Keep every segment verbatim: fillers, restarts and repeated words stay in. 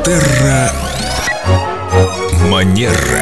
Терра Манера.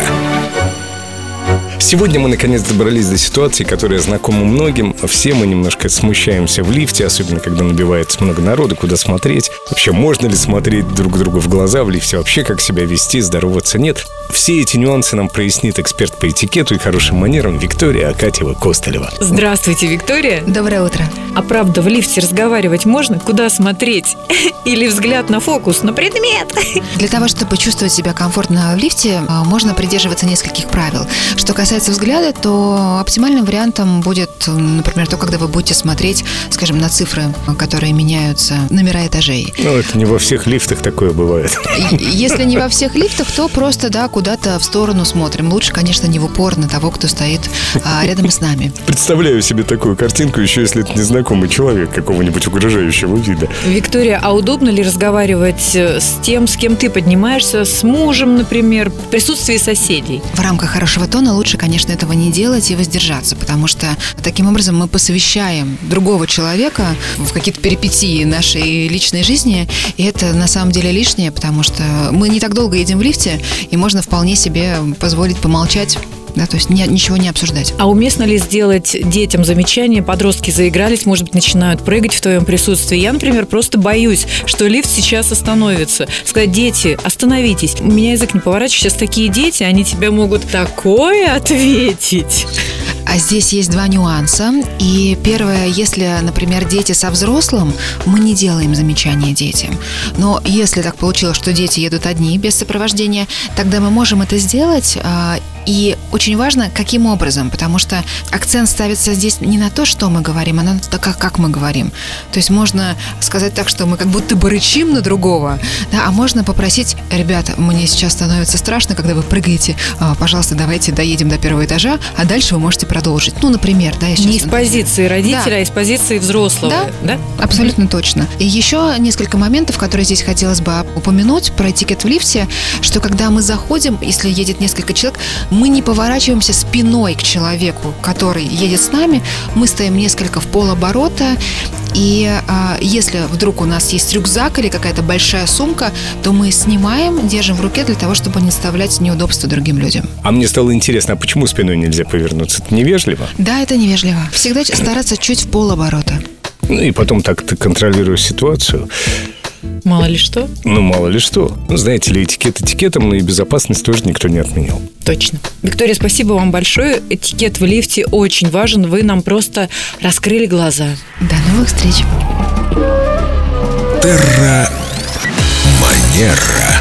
Сегодня мы наконец добрались до ситуации, которая знакома многим. Все мы немножко смущаемся в лифте, особенно когда набивается много народу, куда смотреть. Вообще, можно ли смотреть друг другу в глаза в лифте? Вообще, как себя вести, здороваться, нет? Все эти нюансы нам прояснит эксперт по этикету и хорошим манерам Виктория Акатьева-Костылева. Здравствуйте, Виктория. Доброе утро. А правда, в лифте разговаривать можно? Куда смотреть? Или взгляд на фокус, на предмет? Для того, чтобы чувствовать себя комфортно в лифте, можно придерживаться нескольких правил. Что касается взгляда, то оптимальным вариантом будет, например, то, когда вы будете смотреть, скажем, на цифры, которые меняются, номера этажей. Ну, это не во всех лифтах такое бывает. Если не во всех лифтах, то просто, да, куда-то в сторону смотрим. Лучше, конечно, не в упор на того, кто стоит а, рядом с нами. Представляю себе такую картинку, еще если это незнакомый человек какого-нибудь угрожающего вида. Виктория, а удобно ли разговаривать с тем, с кем ты поднимаешься, с мужем, например, в присутствии соседей? В рамках хорошего тона лучше, конечно, этого не делать и воздержаться, потому что таким образом мы посвящаем другого человека в какие-то перипетии нашей личной жизни, и это на самом деле лишнее, потому что мы не так долго едем в лифте, и можно вполне себе позволить помолчать. Да, то есть ни, ничего не обсуждать. А уместно ли сделать детям замечание? Подростки заигрались, может быть, начинают прыгать в твоем присутствии. Я, например, просто боюсь, что лифт сейчас остановится. Сказать: дети, остановитесь. У меня язык не поворачивается. Сейчас такие дети, они тебе могут такое ответить. А здесь есть два нюанса. И первое, если, например, дети со взрослым, мы не делаем замечания детям. Но если так получилось, что дети едут одни, без сопровождения, тогда мы можем это сделать. И очень важно, каким образом, потому что акцент ставится здесь не на то, что мы говорим, а на то, как, как мы говорим. То есть можно сказать так, что мы как будто бы рычим на другого, да, а можно попросить: ребята, мне сейчас становится страшно, когда вы прыгаете, пожалуйста, давайте доедем до первого этажа, а дальше вы можете продолжить. Ну, например, да, я сейчас... Не из позиции родителя, да, а из позиции взрослого. Да, да? Абсолютно точно. И еще несколько моментов, которые здесь хотелось бы упомянуть про этикет в лифте, что когда мы заходим, если едет несколько человек, мы не поворачиваемся спиной к человеку, который едет с нами, мы стоим несколько в полоборота, и а, если вдруг у нас есть рюкзак или какая-то большая сумка, то мы снимаем, держим в руке для того, чтобы не доставлять неудобства другим людям. А мне стало интересно, а почему спиной нельзя повернуться? Это невежливо? Да, это невежливо. Всегда стараться чуть в полоборота. Ну и потом так ты контролируешь ситуацию. Мало ли что. Ну, мало ли что. Ну, знаете ли, этикет этикетом, но и безопасность тоже никто не отменял. Точно. Виктория, спасибо вам большое. Этикет в лифте очень важен. Вы нам просто раскрыли глаза. До новых встреч. Терра Манера.